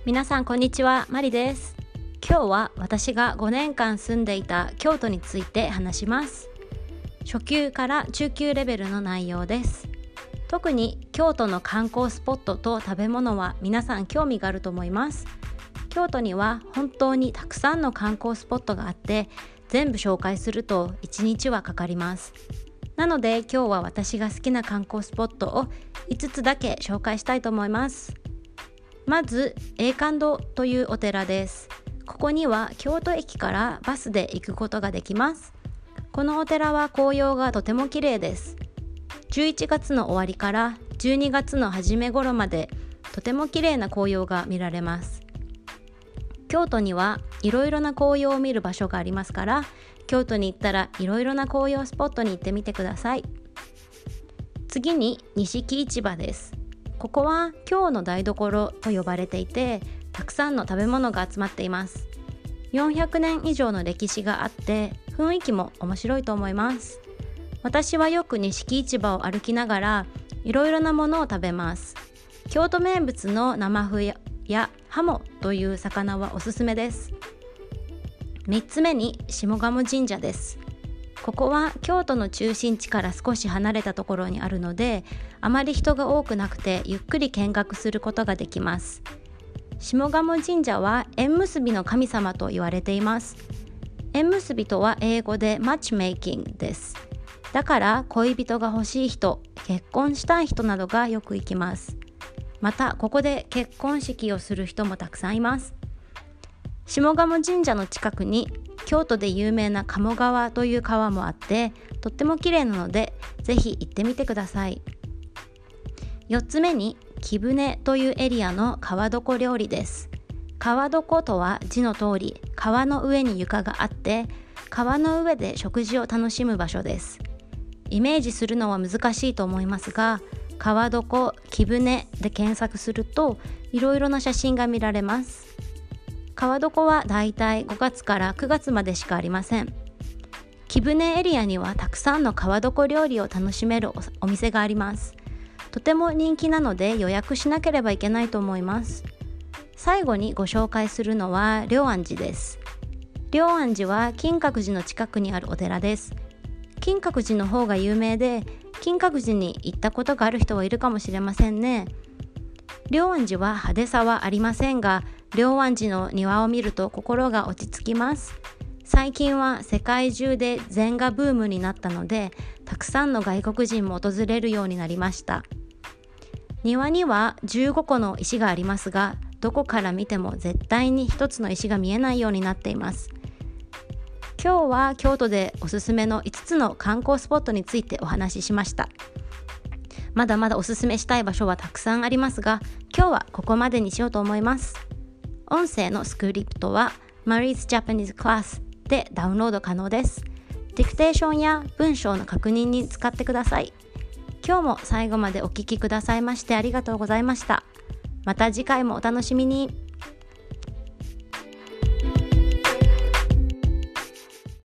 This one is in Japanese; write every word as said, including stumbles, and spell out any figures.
皆さんこんにちは、マリです。今日は私がごねんかん住んでいた京都について話します。初級から中級レベルの内容です。特に京都の観光スポットと食べ物は皆さん興味があると思います。京都には本当にたくさんの観光スポットがあって、全部紹介するといちにちはかかります。なので今日は私が好きな観光スポットをいつつだけ紹介したいと思います。まず永観堂というお寺です。ここには京都駅からバスで行くことができます。このお寺は紅葉がとても綺麗です。じゅういちがつの終わりからじゅうにがつの初め頃までとても綺麗な紅葉が見られます。京都にはいろいろな紅葉を見る場所がありますから、京都に行ったらいろいろな紅葉スポットに行ってみてください。次に錦市場です。ここは京の台所と呼ばれていて、たくさんの食べ物が集まっています。よんひゃくねん以上の歴史があって、雰囲気も面白いと思います。私はよく錦市場を歩きながらいろいろなものを食べます。京都名物の生麩やハモという魚はおすすめです。みっつめに下鴨神社です。ここは京都の中心地から少し離れたところにあるので、あまり人が多くなくてゆっくり見学することができます。下鴨神社は縁結びの神様と言われています。縁結びとは英語でマッチメイキングです。だから恋人が欲しい人、結婚したい人などがよく行きます。またここで結婚式をする人もたくさんいます。下鴨神社の近くに京都で有名な鴨川という川もあって、とっても綺麗なのでぜひ行ってみてください。よっつめに貴船というエリアの川床料理です。川床とは字の通り、川の上に床があって、川の上で食事を楽しむ場所です。イメージするのは難しいと思いますが、川床貴船で検索するといろいろな写真が見られます。川床はだいたいごがつからくがつまでしかありません。貴船エリアにはたくさんの川床料理を楽しめる お, お店があります。とても人気なので予約しなければいけないと思います。最後にご紹介するのは龍安寺です。龍安寺は金閣寺の近くにあるお寺です。金閣寺の方が有名で、金閣寺に行ったことがある人はいるかもしれませんね。龍安寺は派手さはありませんが、龍安寺の庭を見ると心が落ち着きます。最近は世界中で禅がブームになったので、たくさんの外国人も訪れるようになりました。庭にはじゅうごこの石がありますが、どこから見ても絶対に一つの石が見えないようになっています。今日は京都でおすすめのいつつの観光スポットについてお話ししました。まだまだおすすめしたい場所はたくさんありますが、今日はここまでにしようと思います。音声のスクリプトは Marie's Japanese Class でダウンロード可能です。ディクテーションや文章の確認に使ってください。今日も最後までお聞きくださいましてありがとうございました。また次回もお楽しみに。